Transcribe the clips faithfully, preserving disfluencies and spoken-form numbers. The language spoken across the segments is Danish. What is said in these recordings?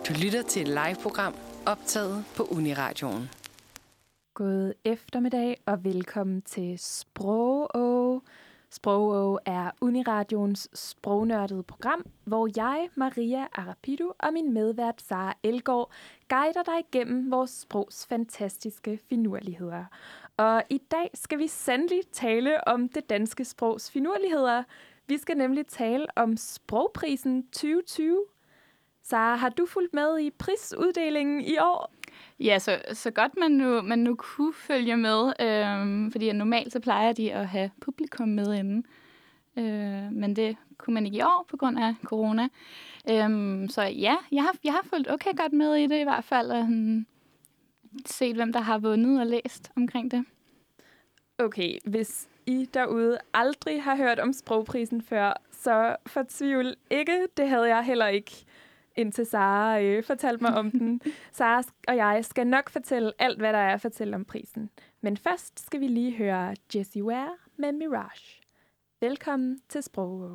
Du lytter til et live-program optaget på Uniradioen. God eftermiddag og velkommen til Sprogå. Sprogå er Uniradioens sprognørdede program, hvor jeg, Maria Arapido, og min medvært Sara Elgaard guider dig igennem vores sprogs fantastiske finurligheder. Og i dag skal vi sandelig tale om det danske sprogs finurligheder. Vi skal nemlig tale om Sprogprisen tyve tyve. Sara, har du fulgt med i prisuddelingen i år? Ja, så, så godt man nu, man nu kunne følge med, øhm, fordi normalt så plejer de at have publikum med inden. Øh, men det kunne man ikke i år på grund af corona. Øhm, så ja, jeg har, jeg har fulgt okay godt med i det i hvert fald, og um, set hvem der har vundet og læst omkring det. Okay, hvis I derude aldrig har hørt om Sprogprisen før, så fortvivl ikke. Det havde jeg heller ikke, indtil Sara øh, fortalte mig om den. Sara og jeg skal nok fortælle alt, hvad der er at fortælle om prisen. Men først skal vi lige høre Jessie Ware med Mirage. Velkommen til Sprogå.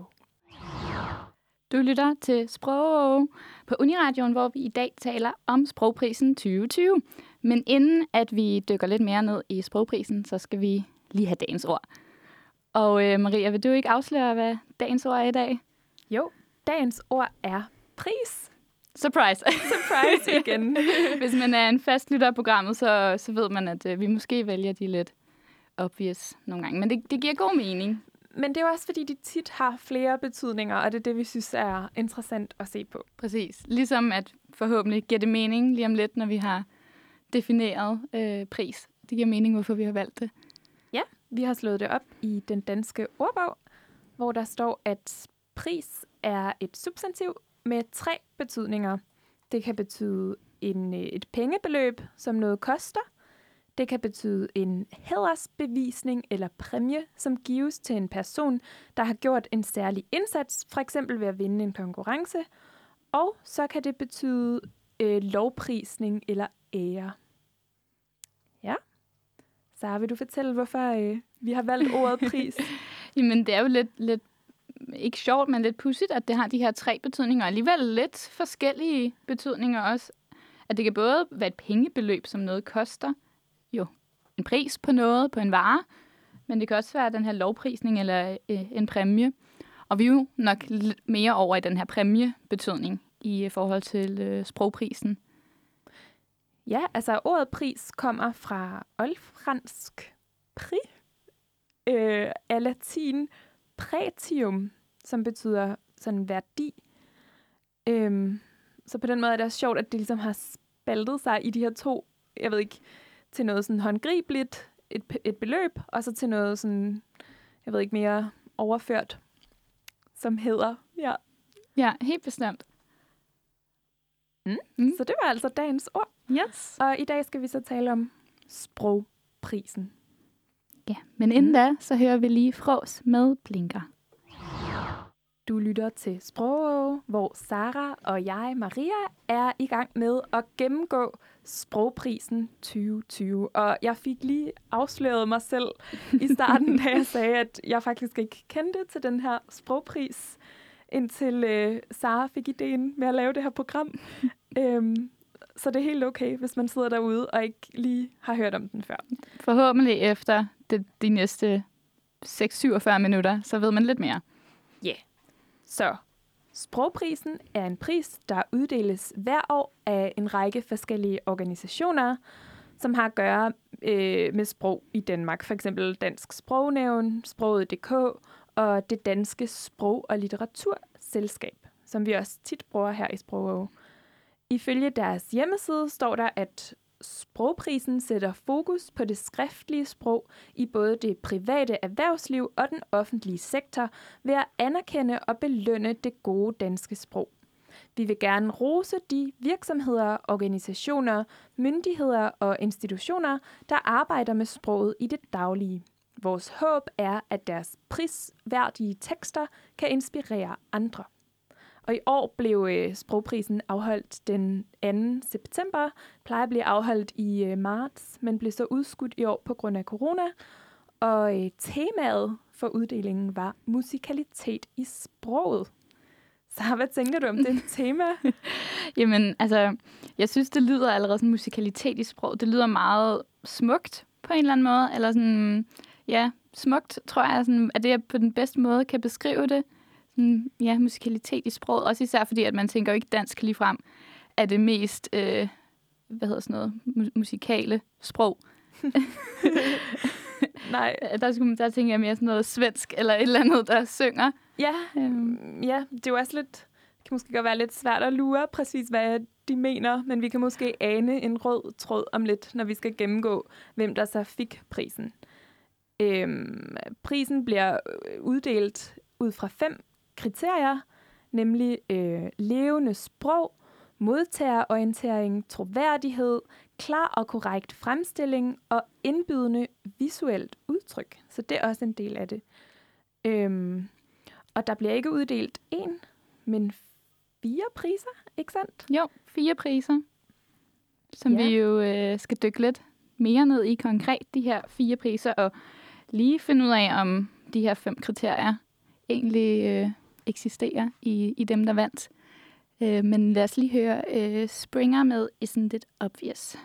Du lytter til Sprogå på Uniradioen, hvor vi i dag taler om Sprogprisen tyve tyve. Men inden at vi dykker lidt mere ned i Sprogprisen, så skal vi lige have dagens ord. Og øh, Maria, vil du ikke afsløre, hvad dagens ord er i dag? Jo, dagens ord er pris. Surprise. Surprise igen. Hvis man er en fast lytter af programmet, så, så ved man, at øh, vi måske vælger de lidt obvious nogle gange. Men det, det giver god mening. Men det er jo også, fordi de tit har flere betydninger, og det er det, vi synes er interessant at se på. Præcis. Ligesom at forhåbentlig giver det mening lige om lidt, når vi har defineret øh, pris. Det giver mening, hvorfor vi har valgt det. Ja, vi har slået det op i den danske ordbog, hvor der står, at pris er et substantiv med tre betydninger. Det kan betyde en, et pengebeløb, som noget koster. Det kan betyde en hædersbevisning eller præmie, som gives til en person, der har gjort en særlig indsats, for eksempel ved at vinde en konkurrence. Og så kan det betyde øh, lovprisning eller ære. Ja. Så vil du fortælle, hvorfor øh, vi har valgt ordet pris? Jamen, det er jo lidt, lidt, ikke sjovt, men lidt pudsigt, at det har de her tre betydninger. Og alligevel lidt forskellige betydninger også. At det kan både være et pengebeløb, som noget koster, jo en pris på noget, på en vare, men det kan også være den her lovprisning eller øh, en præmie. Og vi er jo nok lidt mere over i den her præmiebetydning i forhold til øh, sprogprisen. Ja, altså ordet pris kommer fra oldfransk pri, øh, af latin pretium, som betyder sådan værdi. Øhm, så på den måde er det også sjovt, at det ligesom har spaltet sig i de her to, jeg ved ikke, til noget sådan håndgribeligt, et, et beløb, og så til noget sådan, jeg ved ikke, mere overført, som hedder, ja. Ja, helt bestemt. Mm. Mm. Så det var altså dagens ord. Yes. Og i dag skal vi så tale om sprogprisen. Ja, men inden mm. da, så hører vi lige Frås med Blinker. Du lytter til Sprogå, hvor Sara og jeg, Maria, er i gang med at gennemgå Sprogprisen tyve tyve. Og jeg fik lige afsløret mig selv i starten, da jeg sagde, at jeg faktisk ikke kendte til den her sprogpris, indtil øh, Sara fik ideen med at lave det her program. øhm, så det er helt okay, hvis man sidder derude og ikke lige har hørt om den før. Forhåbentlig efter det, de næste seks til syvogfyrre minutter, så ved man lidt mere. Ja. Yeah. Så Sprogprisen er en pris, der uddeles hver år af en række forskellige organisationer, som har at gøre øh, med sprog i Danmark. For eksempel Dansk Sprognævn, Sproget punktum d k og det Danske Sprog- og Litteraturselskab, som vi også tit bruger her i Sprogå. Ifølge deres hjemmeside står der, at Sprogprisen sætter fokus på det skriftlige sprog i både det private erhvervsliv og den offentlige sektor ved at anerkende og belønne det gode danske sprog. Vi vil gerne rose de virksomheder, organisationer, myndigheder og institutioner, der arbejder med sproget i det daglige. Vores håb er, at deres prisværdige tekster kan inspirere andre. Og i år blev øh, Sprogprisen afholdt den anden september. Plejer at blive afholdt i øh, marts, men blev så udskudt i år på grund af corona. Og øh, temaet for uddelingen var musikalitet i sproget. Så hvad tænker du om det tema? Jamen, altså, jeg synes, det lyder allerede sådan musikalitet i sprog. Det lyder meget smukt på en eller anden måde. Eller sådan, ja, smukt, tror jeg, sådan, at det jeg på den bedste måde kan beskrive det. Sådan, ja, musikalitet i sproget. Også især fordi, at man tænker jo ikke dansk ligefrem er det mest, øh, hvad hedder sådan noget, mu- musikale sprog. Nej. Der, skulle, der tænker jeg mere sådan noget svensk, eller et eller andet, der synger. Ja, øhm. ja, det er jo også lidt, det kan måske godt være lidt svært at lure præcis, hvad de mener, men vi kan måske ane en rød tråd om lidt, når vi skal gennemgå, hvem der så fik prisen. Øhm, prisen bliver uddelt ud fra fem kriterier, nemlig øh, levende sprog, modtagerorientering, troværdighed, klar og korrekt fremstilling og indbydende visuelt udtryk. Så det er også en del af det. Øhm, og der bliver ikke uddelt én, men fire priser, ikke sandt? Jo, fire priser, som ja. vi jo øh, skal dykke lidt mere ned i konkret, de her fire priser, og lige finde ud af, om de her fem kriterier egentlig øh, eksisterer i, i dem, der vandt. Øh, men lad os lige høre øh, Springer med Isn't It Obvious.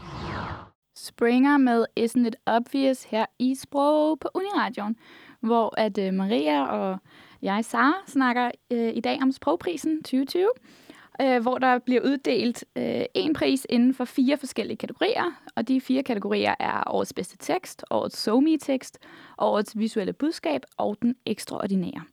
Springer med Isn't It Obvious her i Sprog på Uniradioen, hvor at øh, Maria og jeg, Sara, snakker øh, i dag om Sprogprisen tyve tyve, øh, hvor der bliver uddelt øh, en pris inden for fire forskellige kategorier, og de fire kategorier er årets bedste tekst, årets SoMe-tekst, årets visuelle budskab og den ekstraordinære.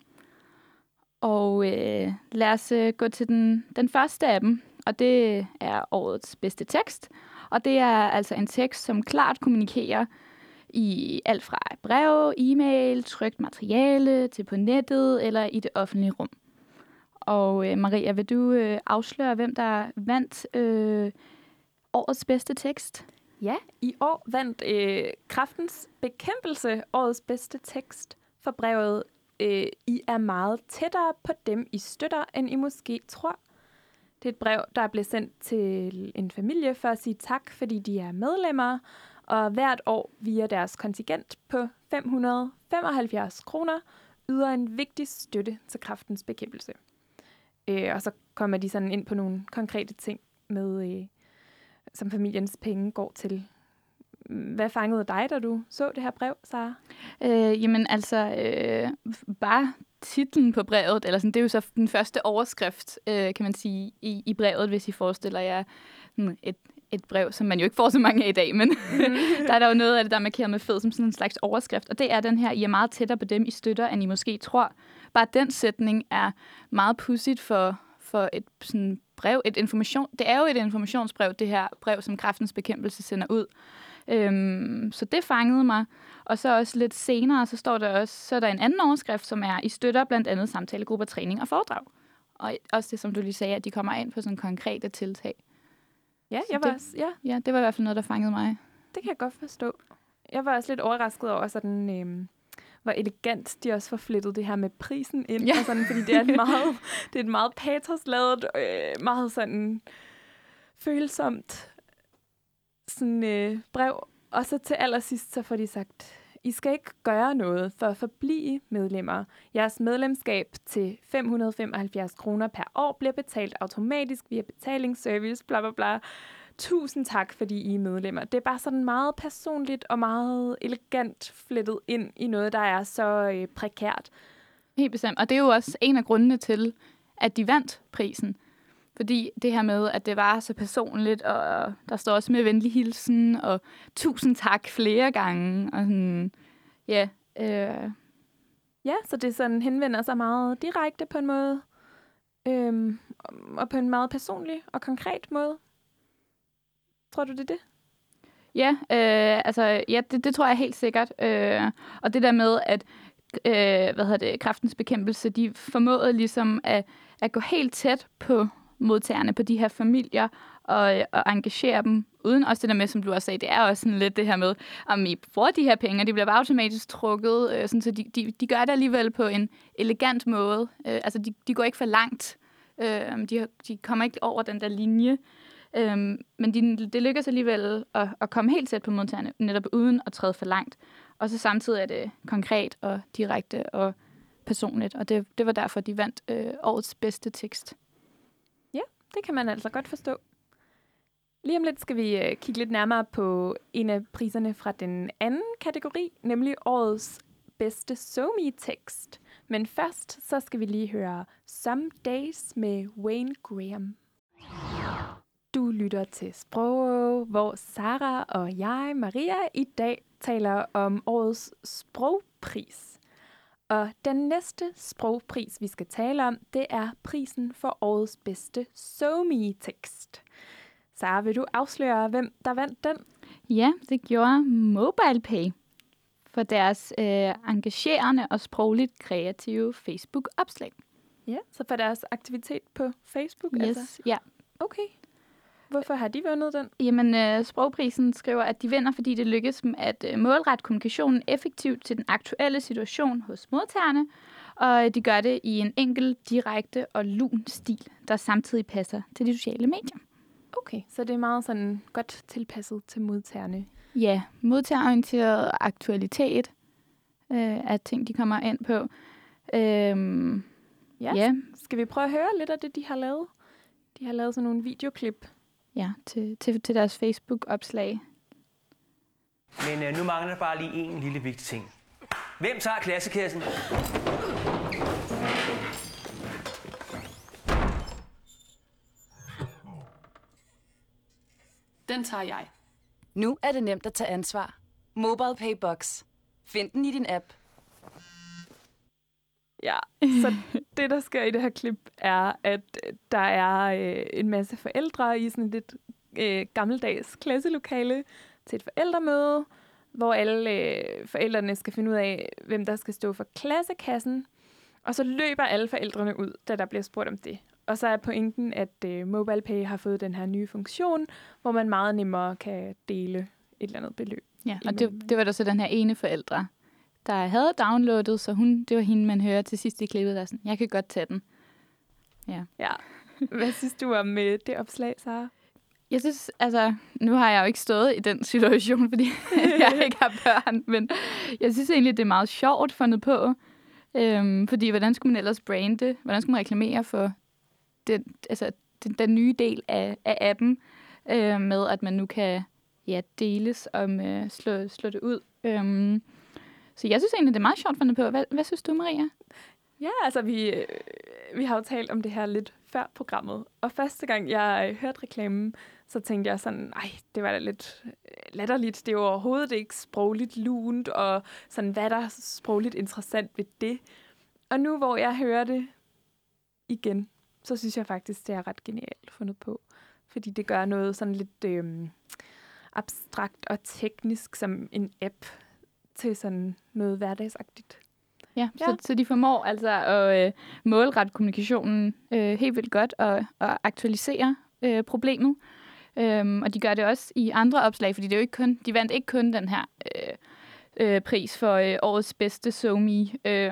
Og øh, lad os øh, gå til den, den første af dem, og det er årets bedste tekst. Og det er altså en tekst, som klart kommunikerer i alt fra brev, e-mail, trykt materiale til på nettet eller i det offentlige rum. Og øh, Maria, vil du øh, afsløre, hvem der vandt øh, årets bedste tekst? Ja, i år vandt øh, Kræftens Bekæmpelse årets bedste tekst for brevet øh, I er meget tættere på dem, I støtter, end I måske tror. Det er et brev, der er blevet sendt til en familie for at sige tak, fordi de er medlemmer, og hvert år via deres kontingent på fem hundrede og femoghalvfjerds kroner yder en vigtig støtte til Kræftens Bekæmpelse. Øh, og så kommer de sådan ind på nogle konkrete ting, med, øh, som familiens penge går til. Hvad fangede dig, da du så det her brev, Sara? Øh, jamen altså, øh, bare titlen på brevet, eller sådan, det er jo så den første overskrift, øh, kan man sige, i, i brevet, hvis I forestiller jer sådan et, et brev, som man jo ikke får så mange af i dag, men mm. der er der jo noget af det, der er markeret med fed som sådan en slags overskrift, og det er den her, I er meget tættere på dem, I støtter, end I måske tror. Bare den sætning er meget pudsigt for, for et sådan brev, et information. Det er jo et informationsbrev, det her brev, som Kræftens Bekæmpelse sender ud. Øhm, så det fangede mig. Og så også lidt senere, så står der også, så er der en anden overskrift, som er, I støtter blandt andet samtalegrupper, træning og foredrag. Og også det, som du lige sagde, at de kommer ind på sådan konkrete tiltag. Ja, Så jeg var det, også, ja. ja, det var i hvert fald noget, der fangede mig. Det kan jeg godt forstå. Jeg var også lidt overrasket over, sådan, øhm, hvor elegant de også får flettet det her med prisen ind. Ja. Og sådan, fordi det er et meget, det er et meget patosladet, øh, meget sådan følsomt sådan, øh, brev. Og så til allersidst, så får de sagt, I skal ikke gøre noget for at forblive medlemmer. Jeres medlemskab til fem hundrede og femoghalvfjerds kroner per år bliver betalt automatisk via betalingsservice, bla bla bla. Tusind tak, fordi I er medlemmer. Det er bare sådan meget personligt og meget elegant flettet ind i noget, der er så øh, prekært. Helt bestemt. Og det er jo også en af grundene til, at de vandt prisen. Fordi det her med, at det var så personligt, og der står også med venlig hilsen, og tusind tak flere gange. Og sådan, ja, øh. ja, så det sådan henvender sig meget direkte på en måde, øhm, og på en meget personlig og konkret måde. Tror du, det er det? Ja, øh, altså, ja det, det tror jeg helt sikkert. Øh, og det der med, at øh, hvad hedder det, Kræftens Bekæmpelse, de formåede ligesom at, at gå helt tæt på modtagerne, på de her familier, og, og engagere dem, uden også det der med, som du også sagde, det er også sådan lidt det her med, om I får de her penge, de bliver bare automatisk trukket, øh, sådan, så de, de, de gør det alligevel på en elegant måde. Øh, altså, de, de går ikke for langt. Øh, de, de kommer ikke over den der linje. Øh, men de, det lykkes alligevel at, at komme helt tæt på modtagerne, netop uden at træde for langt. Og så samtidig er det konkret og direkte og personligt, og det, det var derfor, de vandt øh, årets bedste tekst. det kan man altså godt forstå. Lige om lidt skal vi øh, kigge lidt nærmere på en af priserne fra den anden kategori, nemlig årets bedste SoMe-tekst. Men først så skal vi lige høre Some Days med Wayne Graham. Du lytter til Sprog, hvor Sara og jeg, Maria, i dag taler om årets sprogpris. Og den næste sprogpris, vi skal tale om, det er prisen for årets bedste SoMe-tekst. Sara, vil du afsløre, hvem der vandt den? Ja, det gjorde MobilePay for deres øh, engagerende og sprogligt kreative Facebook-opslag. Ja, så for deres aktivitet på Facebook? Yes, altså? ja. Okay. Hvorfor har de vundet den? Jamen, øh, sprogprisen skriver, at de vinder, fordi det lykkes dem at øh, målrette kommunikationen effektivt til den aktuelle situation hos modtagerne, og de gør det i en enkel, direkte og lun stil, der samtidig passer til de sociale medier. Okay, så det er meget sådan godt tilpasset til modtagerne. Ja, modtagerorienteret aktualitet øh, er ting, de kommer ind på. Øhm, ja, ja. Skal vi prøve at høre lidt af det, de har lavet? De har lavet sådan nogle videoklip. Ja, til, til, til deres Facebook-opslag. Men øh, nu mangler der bare lige en lille vigtig ting. Hvem tager klassekassen? Den tager jeg. Nu er det nemt at tage ansvar. MobilePay Box. Find den i din app. Ja, så det, der sker i det her klip, er, at der er øh, en masse forældre i sådan et lidt øh, gammeldags klasselokale til et forældremøde, hvor alle øh, forældrene skal finde ud af, hvem der skal stå for klassekassen. Og så løber alle forældrene ud, da der bliver spurgt om det. Og så er pointen, at øh, MobilePay har fået den her nye funktion, hvor man meget nemmere kan dele et eller andet beløb. Ja, og det, det var der så den her ene forældre, der havde downloadet, så hun, det var hende, man hører til sidst i klippet, der sådan, jeg kan godt tage den. Ja. Ja. Hvad synes du om øh, det opslag, Sara? Jeg synes, altså, nu har jeg jo ikke stået i den situation, fordi jeg ikke har børn, men jeg synes egentlig, det er meget sjovt fundet på. Øhm, fordi hvordan skulle man ellers brande? Hvordan skulle man reklamere for den, altså, den, den nye del af, af appen, øh, med at man nu kan ja, deles om øh, slå, slå det ud. Øhm, så jeg synes egentlig, det er meget sjovt fundet på. Hvad, hvad synes du, Maria? Ja, altså vi, øh, vi har jo talt om det her lidt før programmet. Og første gang, jeg hørte reklamen, så tænkte jeg sådan, ej, det var da lidt latterligt. Det er jo overhovedet ikke sprogligt lunt, og sådan, hvad er der sprogligt interessant ved det? Og nu, hvor jeg hører det igen, så synes jeg faktisk, det er ret genialt fundet på. Fordi det gør noget sådan lidt øh, abstrakt og teknisk som en app til sådan noget hverdagsagtigt. Ja, ja. Så, så de formår altså at øh, målrette kommunikationen øh, helt vildt godt og, og aktualisere øh, problemet. Øhm, og de gør det også i andre opslag, fordi det er jo ikke kun, de vandt ikke kun den her øh, øh, pris for øh, årets bedste SoMe øh,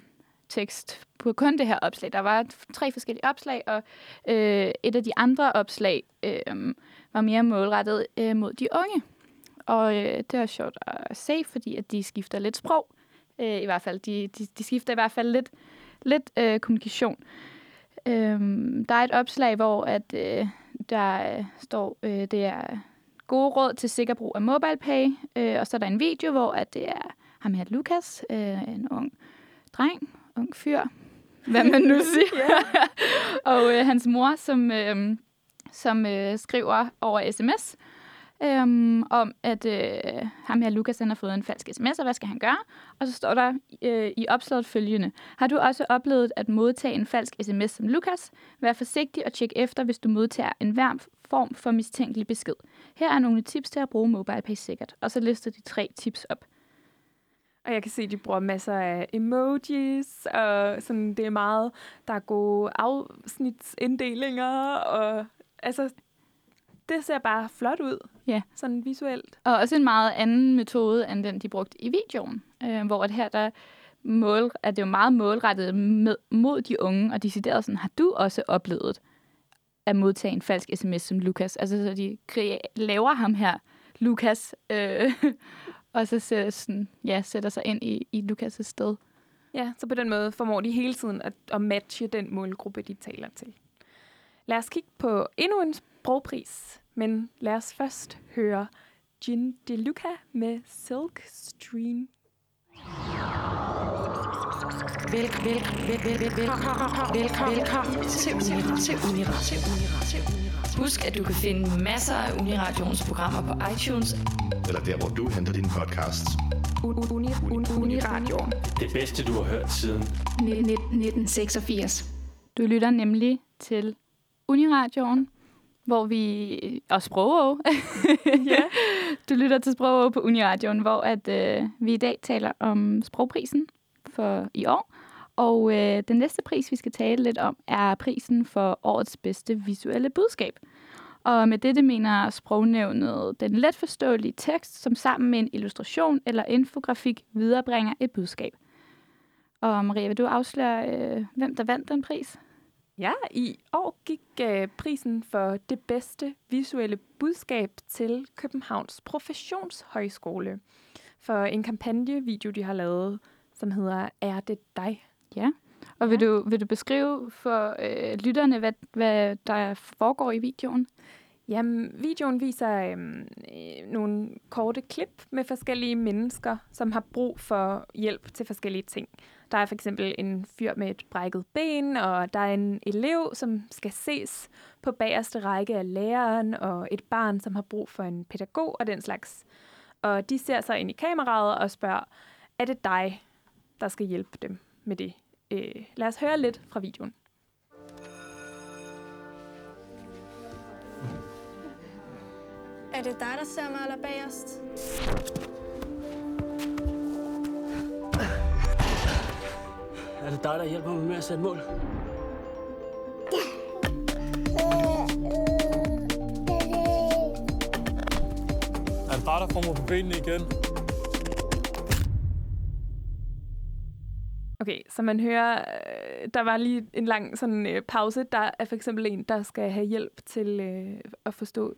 tekst på kun det her opslag. Der var tre forskellige opslag, og øh, et af de andre opslag øh, var mere målrettet øh, mod de unge. Og øh, det er sjovt at se, fordi at de skifter lidt sprog. Øh, I hvert fald, de, de, de skifter i hvert fald lidt, lidt øh, kommunikation. Øh, der er et opslag, hvor at, øh, der øh, står, øh, det er gode råd til sikker brug af MobilePay, øh, og så er der en video, hvor at det er ham her, Lukas, øh, en ung dreng, ung fyr, hvad man nu siger, og øh, hans mor, som, øh, som øh, skriver over sms, Øhm, om, at øh, ham her, Lukas, han har fået en falsk sms, og hvad skal han gøre? Og så står der øh, i opslaget følgende. Har du også oplevet at modtage en falsk sms som Lukas? Vær forsigtig og tjek efter, hvis du modtager en hver form for mistænkelig besked. Her er nogle tips til at bruge MobilePay sikkert. Og så lister de tre tips op. Og jeg kan se, at de bruger masser af emojis, og sådan, det er meget, der er gode afsnitsinddelinger, og altså, det ser bare flot ud, ja, sådan visuelt. Og også en meget anden metode, end den, de brugte i videoen, øh, hvor det her, der mål, at det er jo meget målrettet med, mod de unge, og decideret sådan, har du også oplevet at modtage en falsk sms som Lukas? Altså, så de kre- laver ham her, Lukas, øh, og så sætter, sådan, ja, sætter sig ind i, i Lukas' sted. Ja, så på den måde formår de hele tiden at, at matche den målgruppe, de taler til. Lad os kigge på endnu en sprogpris, men lad os først høre Gin DeLuca med Silk Stream. Velkommen til Uniradio. Husk, at du kan finde masser af Uniradions programmer på iTunes. Eller der, hvor du henter dine podcasts. Uniradio. Det bedste, du har hørt siden nitten seksogfirs. Du lytter nemlig til Uniradioen, hvor vi... Og Sprogå. Ja. Du lytter til Sprogå på Uniradioen, hvor at, øh, vi i dag taler om sprogprisen for i år. Og øh, den næste pris, vi skal tale lidt om, er prisen for årets bedste visuelle budskab. Og med dette mener Sprognævnet den letforståelige tekst, som sammen med en illustration eller infografik viderebringer et budskab. Og Maria, vil du afsløre, øh, hvem der vandt den pris? Ja, i år gik øh, prisen for det bedste visuelle budskab til Københavns Professionshøjskole for en kampagnevideo, de har lavet, som hedder Er det dig? Ja, og vil, du, vil du beskrive for øh, lytterne, hvad, hvad der foregår i videoen? Jamen, videoen viser øhm, øh, nogle korte klip med forskellige mennesker, som har brug for hjælp til forskellige ting. Der er for eksempel en fyr med et brækket ben, og der er en elev, som skal ses på bagerste række af læreren, og et barn, som har brug for en pædagog og den slags. Og de ser sig ind i kameraet og spørger, er det dig, der skal hjælpe dem med det? Øh, lad os høre lidt fra videoen. Er det dig, der ser mig allerbagerst? Er det dig, der hjælper mig med at sætte mål? Er det dig, der får mig på benene igen? Okay, så man hører, øh, der var lige en lang sådan øh, pause. Der er for eksempel en, der skal have hjælp til øh, at forstå,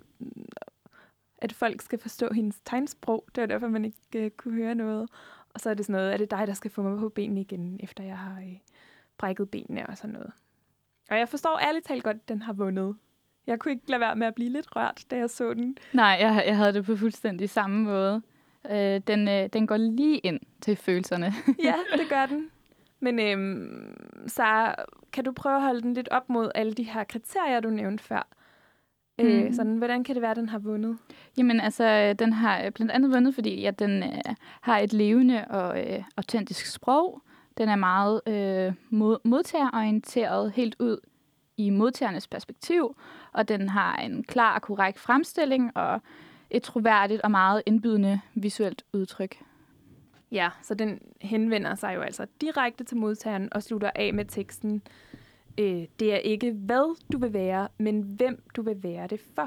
at folk skal forstå hendes tegnsprog. Det er derfor, man ikke øh, kunne høre noget. Og så er det sådan noget, er det dig, der skal få mig på benene igen, efter jeg har øh, brækket benene og sådan noget. Og jeg forstår ærligt talt godt, at den har vundet. Jeg kunne ikke lade være med at blive lidt rørt, da jeg så den. Nej, jeg, jeg havde det på fuldstændig samme måde. Øh, den, øh, den går lige ind til følelserne. Ja, det gør den. Men øhm, så kan du prøve at holde den lidt op mod alle de her kriterier, du nævnte før? Mm. Øh, sådan, hvordan kan det være, at den har vundet? Jamen altså, den har blandt andet vundet, fordi at den øh, har et levende og øh, autentisk sprog. Den er meget øh, mod- modtagerorienteret helt ud i modtagernes perspektiv, og den har en klar og korrekt fremstilling og et troværdigt og meget indbydende visuelt udtryk. Ja, så den henvender sig jo altså direkte til modtageren og slutter af med teksten. Øh, det er ikke, hvad du vil være, men hvem du vil være det for.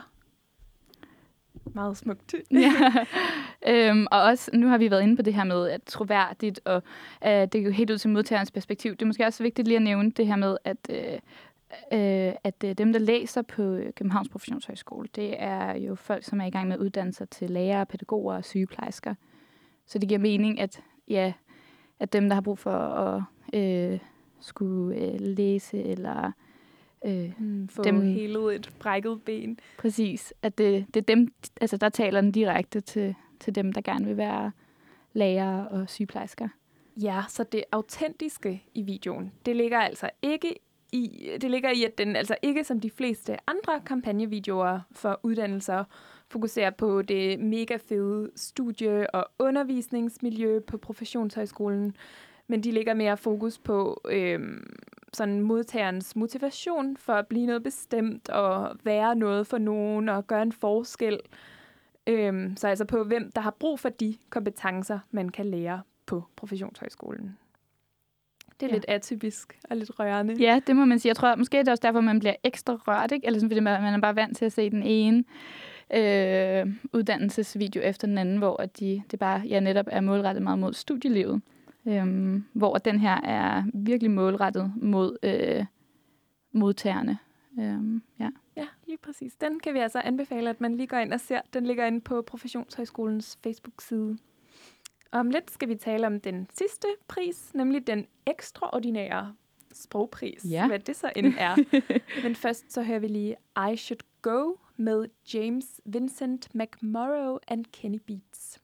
Meget smukt. Ja. øhm, og også, nu har vi været inde på det her med, at troværdigt, og øh, det er jo helt ud til modtagerens perspektiv. Det er måske også vigtigt lige at nævne det her med, at, øh, øh, at øh, dem, der læser på Københavns Professionshøjskole, det er jo folk, som er i gang med at uddanne sig til lærere, pædagoger og sygeplejersker. Så det giver mening, at, ja, at dem, der har brug for at øh, skulle øh, læse eller øh, mm, få dem, helet et brækket ben. Præcis, at det, det er dem, altså der taler den direkte til, til dem, der gerne vil være lærere og sygeplejersker. Ja, så det autentiske i videoen, det ligger altså ikke i, det ligger i, at den altså ikke som de fleste andre kampagnevideoer for uddannelser fokuserer på det mega fede studie- og undervisningsmiljø på Professionshøjskolen, men de ligger mere fokus på øh, sådan modtagerens motivation for at blive noget bestemt og være noget for nogen og gøre en forskel. Øh, så altså på, hvem der har brug for de kompetencer, man kan lære på Professionshøjskolen. Det er ja. lidt atypisk og lidt rørende. Ja, det må man sige. Jeg tror, måske det er også derfor, man bliver ekstra rørt, ikke? Eller sådan, fordi man er bare vant til at se den ene øh, uddannelsesvideo efter den anden, hvor at de, det bare ja, netop er målrettet meget mod studielivet. Øhm, hvor den her er virkelig målrettet mod øh, modtagerne. Øhm, ja. ja, lige præcis. Den kan vi altså anbefale, at man lige går ind og ser. Den ligger inde på Professionshøjskolens Facebook-side. Om lidt skal vi tale om den sidste pris, nemlig den ekstraordinære sprogpris, Ja. hvad det så end er. Men først så hører vi lige I Should Go med James Vincent McMorrow and Kenny Beats.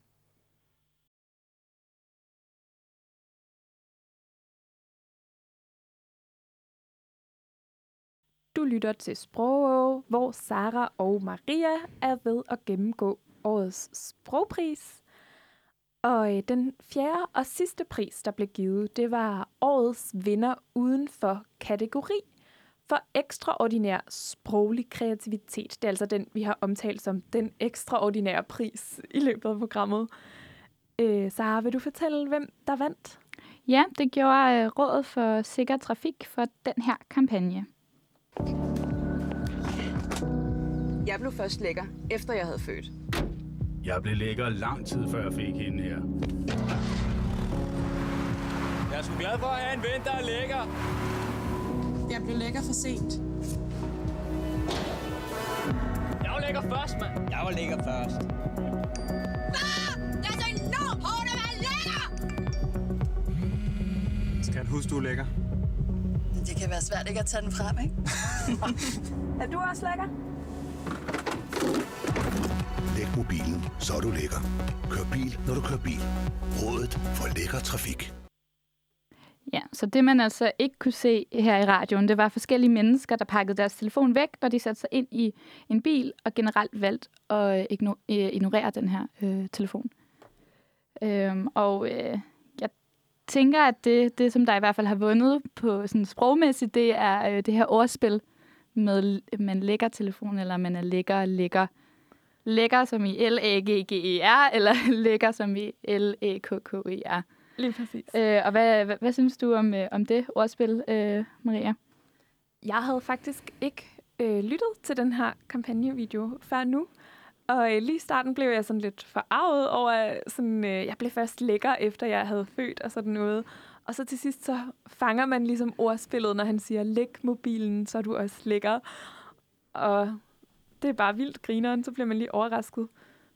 Du lytter til Sprog, hvor Sara og Maria er ved at gennemgå årets sprogpris. Og øh, den fjerde og sidste pris, der blev givet, det var årets vinder uden for kategori for ekstraordinær sproglig kreativitet. Det er altså den, vi har omtalt som den ekstraordinære pris i løbet af programmet. Øh, Sara, vil du fortælle, hvem der vandt? Ja, det gjorde øh, Rådet for Sikker Trafik for den her kampagne. Jeg blev først lækker, efter jeg havde født. Jeg blev lækker lang tid før jeg fik hende her. Jeg er sgu glad for at have en ven, der er lækker. Jeg blev lækker for sent. Jeg var lækker først, mand. Jeg var lækker først. Far! Det er så enormt hårdt at være lækker! Skat, husk, du er lækker. Det kan være svært ikke at tage den frem, ikke? Er du også lækker? Læg mobilen, så er du lækker. Kør bil, når du kører bil. Rådet for lækker trafik. Ja, så det man altså ikke kunne se her i radioen, det var forskellige mennesker, der pakkede deres telefon væk, når de satte sig ind i en bil og generelt valgte at ignorere den her øh, telefon. Øhm, og øh, jeg tænker, at det, det, som der i hvert fald har vundet på sådan sprogmæssigt, det er øh, det her ordspil med, man lægger telefon, eller man er lækker, lækker. Lækker som i L A G G E R, eller lækker som i L A K K E R. Lige præcis. Øh, og hvad, hvad, hvad synes du om, øh, om det ordspil, øh, Maria? Jeg havde faktisk ikke øh, lyttet til den her kampagnevideo før nu. Og øh, lige i starten blev jeg sådan lidt forarvet over, sådan, øh, jeg blev først lækker, efter jeg havde født og sådan noget. Og så til sidst, så fanger man ligesom ordspillet, når han siger, læg mobilen, så er du også lækker. Og det er bare vildt grineren, så bliver man lige overrasket.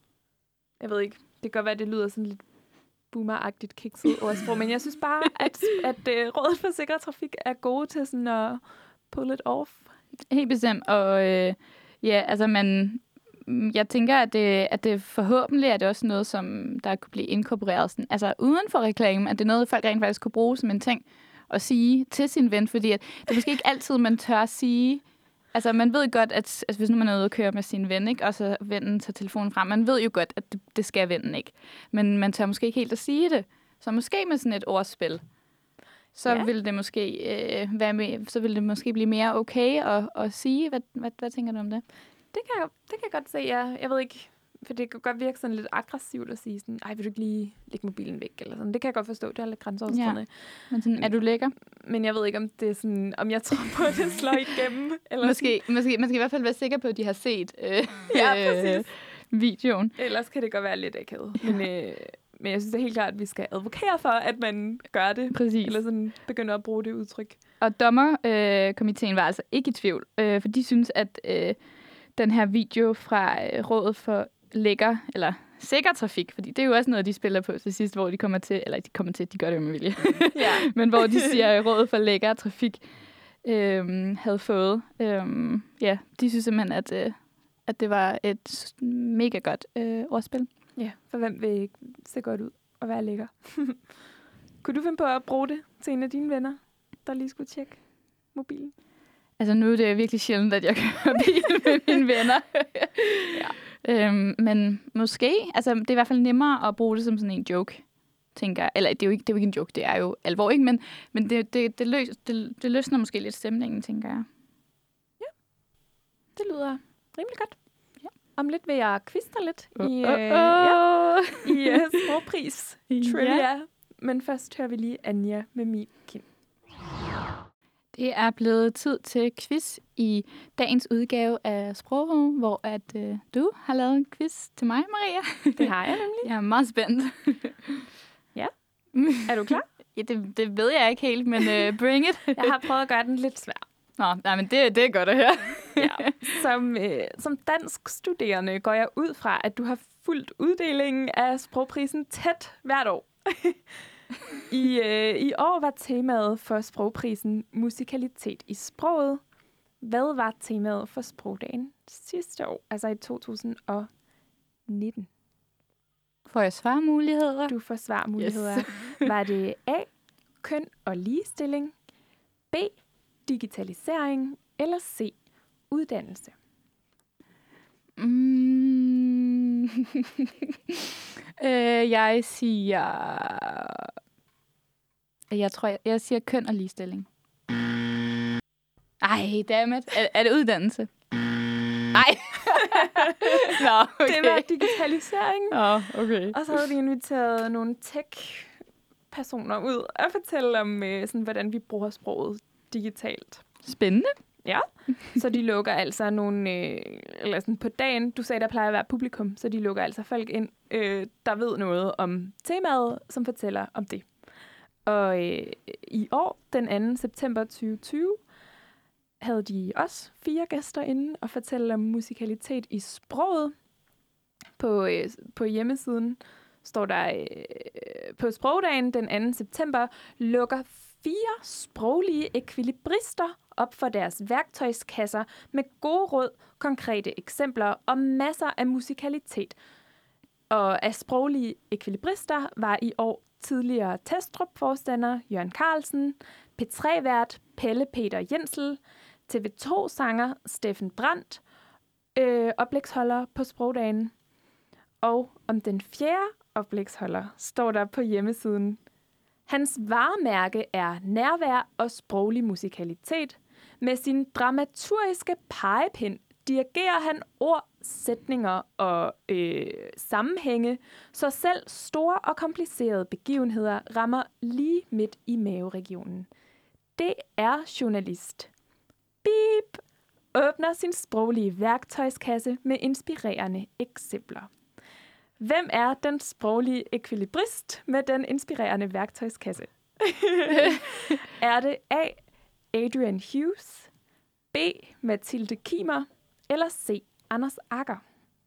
Jeg ved ikke, det kan godt være, at det lyder sådan lidt boomer-agtigt kikset ordsprog, men jeg synes bare, at, at uh, Rådet for Sikker Trafik er gode til sådan at pull it off. Helt bestemt, og øh, ja, altså man, jeg tænker, at det, at det forhåbentlig er det også noget, som der kunne blive inkorporeret sådan, altså uden for reklame, at det er noget, folk rent faktisk kunne bruge som en ting at sige til sin ven, fordi at det er måske ikke altid, man tør at sige. Altså, man ved godt, at altså, hvis nu man er ude og køre med sin ven, ikke, og så vennen tager telefonen frem, man ved jo godt, at det, det skal vennen ikke. Men man tør måske ikke helt at sige det. Så måske med sådan et ordspil, så ja. vil det måske øh, være med, så vil det måske blive mere okay at, at sige. Hvad, hvad, hvad tænker du om det? Det kan jeg, det kan jeg godt se, ja. Jeg ved ikke, for det kan godt virke sådan lidt aggressivt at sige sådan, ej, vil du ikke lige lægge mobilen væk, eller sådan. Det kan jeg godt forstå, det er lidt grænseoverskridende. Ja. Men sådan, er du lækker? Men jeg ved ikke, om det er sådan, om jeg tror på, at det slår igennem. Eller måske, måske, man skal i hvert fald være sikker på, at de har set øh, ja, præcis. videoen. Ellers kan det godt være lidt akavet. Men, øh, men jeg synes det er helt klart, at vi skal advokere for, at man gør det. Præcis. Eller sådan begynder at bruge det udtryk. Og dommerkomiteen øh, var altså ikke i tvivl, øh, for de synes, at øh, den her video fra øh, Rådet for Lækker, eller Sikker Trafik, fordi det er jo også noget, de spiller på til sidst, hvor de kommer til, eller de kommer til, de gør det jo med vilje, ja. men hvor de siger, at Rådet for Lækker Trafik øh, havde fået. Øh, ja, de synes simpelthen, at, øh, at det var et mega godt øh, ordspil. Ja, for hvem vil ikke se godt ud og være lækker? Kunne du finde på at bruge det til en af dine venner, der lige skulle tjekke mobilen? Altså nu er det virkelig sjældent, at jeg kører bil med mine venner. ja. øhm, men måske, altså det er i hvert fald nemmere at bruge det som sådan en joke, tænker jeg. Eller det er jo ikke, det er jo ikke en joke, det er jo alvor, ikke? Men, men det, det, det, løs, det, det løsner måske lidt stemningen, tænker jeg. Ja, det lyder rimelig godt. Ja. Om lidt vil jeg quizze dig lidt uh, i, uh, uh. Ja, i uh, sprogpris trivia. Ja. Men først hører vi lige Anja med min kind. Det er blevet tid til quiz i dagens udgave af Sprogov, hvor at, øh, du har lavet en quiz til mig, Maria. Det har jeg nemlig. Jeg er meget spændt. Ja. Er du klar? Ja, det, det ved jeg ikke helt, men uh, bring it. Jeg har prøvet at gøre den lidt svær. Nå, nej, men det, det er godt at høre. ja. Som, øh, som dansk studerende går jeg ud fra, at du har fulgt uddelingen af sprogprisen tæt hvert år. I, øh, I år var temaet for sprogprisen musikalitet i sproget. Hvad var temaet for sprogdagen sidste år, altså i to tusind nitten? Får jeg svarmuligheder? Du får svarmuligheder. Yes. Var det A, køn og ligestilling, B, digitalisering, eller C, uddannelse? Mm. øh, jeg siger... Jeg tror, jeg, jeg siger køn og ligestilling. Ej, dammit. Er, er det uddannelse? Nej. Nå, okay. Det var digitalisering. Nå, okay. Og så havde de inviteret nogle tech-personer ud og fortælle om, øh, sådan, hvordan vi bruger sproget digitalt. Spændende. Ja, så de lukker altså nogle, øh, eller sådan på dagen, du sagde, der plejer at være publikum, så de lukker altså folk ind, øh, der ved noget om temaet, som fortæller om det. Og øh, i år, den anden september tyve tyve, havde de også fire gæster inde og fortælle om musikalitet i sproget. På, øh, på hjemmesiden står der, øh, på sprogdagen den anden september, lukker fire sproglige ekvilibrister op for deres værktøjskasser med gode råd, konkrete eksempler og masser af musikalitet. Og af sproglige ekvilibrister var i år tidligere Testrup-forstander Jørgen Carlsen, P tre-vært Pelle Peter Jensel, T V to-sanger Steffen Brandt, øh, oplægsholder på sprogdagen. Og om den fjerde oplægsholder står der på hjemmesiden: hans varemærke er nærvær og sproglig musikalitet. Med sin dramaturgiske pegepind dirigerer han ord, sætninger og øh, sammenhænge, så selv store og komplicerede begivenheder rammer lige midt i maveregionen. Det er journalist. Beep! Åbner sin sproglige værktøjskasse med inspirerende eksempler. Hvem er den sproglige ekvilibrist med den inspirerende værktøjskasse? Er det A. Adrian Hughes, B. Mathilde Kimer, eller C. Anders Agger?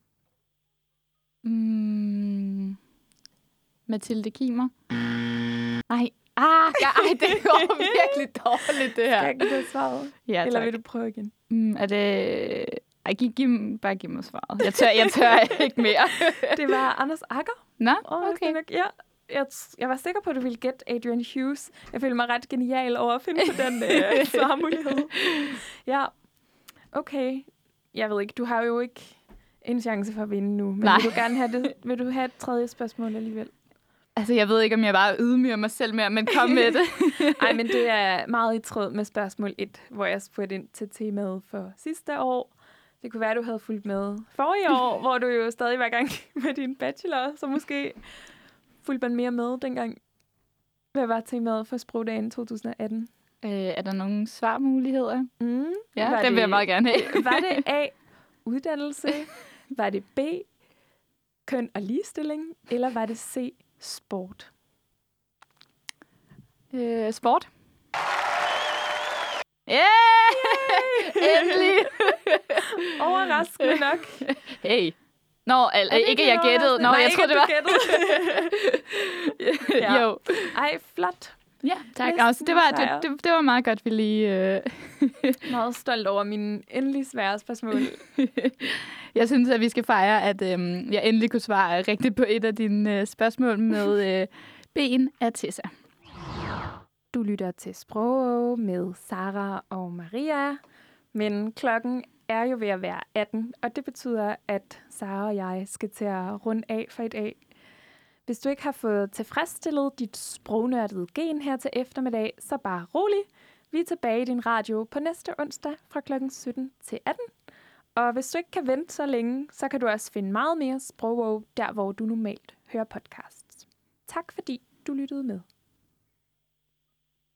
Mm. Mathilde Kimer. Nej. Ah, ja, ej, det går virkelig dårligt, det her. Skal jeg give dig svaret? Ja, eller tak. vil du prøve igen? Mm, er det... Ej, giv, giv, bare giv mig svaret. Jeg tør, jeg tør ikke mere. Det var Anders Agger. Nå, okay. Oh, ja, jeg, jeg var sikker på, at du ville gætte Adrian Hughes. Jeg følte mig ret genial over at finde på den øh, svarmulighed. Ja, okay. Jeg ved ikke, du har jo ikke en chance for at vinde nu. Men Nej. vil du gerne have det? Vil du have et tredje spørgsmål alligevel? Altså, jeg ved ikke, om jeg bare ydmyger mig selv mere, men kom med det. Nej, men det er meget i tråd med spørgsmål et, hvor jeg spurgte ind til temaet for sidste år. Det kunne være, at du havde fulgt med forrige år, hvor du jo stadig var i gang med din bachelor, så måske fulgte man mere med dengang. Hvad var temaet for sprogdagen to tusind atten? Øh, er der nogle svarmuligheder? Mm, ja, det vil jeg meget gerne have. Var det A, uddannelse? Var det B, køn og ligestilling? Eller var det C, sport? Øh, sport. Yeah! Endelig! Overraskende nok. Hey. Nå, al- ikke jeg gættede. Nå, Nej, jeg troede, det var... ja. Jo. Ej, flot. Ja, tak. Altså, det, var, det, det, det var meget godt, vi lige... Øh... meget stolt over mine endelig svære spørgsmål. Jeg synes, at vi skal fejre, at øh, jeg endelig kunne svare rigtigt på et af dine øh, spørgsmål med øh, B'en af Tessa. Du lytter til Sprog med Sara og Maria, men klokken er jo ved at være atten, og det betyder, at Sara og jeg skal til at runde af for i dag. Hvis du ikke har fået tilfredsstillet dit sprognørdede gen her til eftermiddag, så bare rolig. Vi er tilbage i din radio på næste onsdag fra klokken sytten til atten. Og hvis du ikke kan vente så længe, så kan du også finde meget mere Sprogwog, der hvor du normalt hører podcasts. Tak fordi du lyttede med.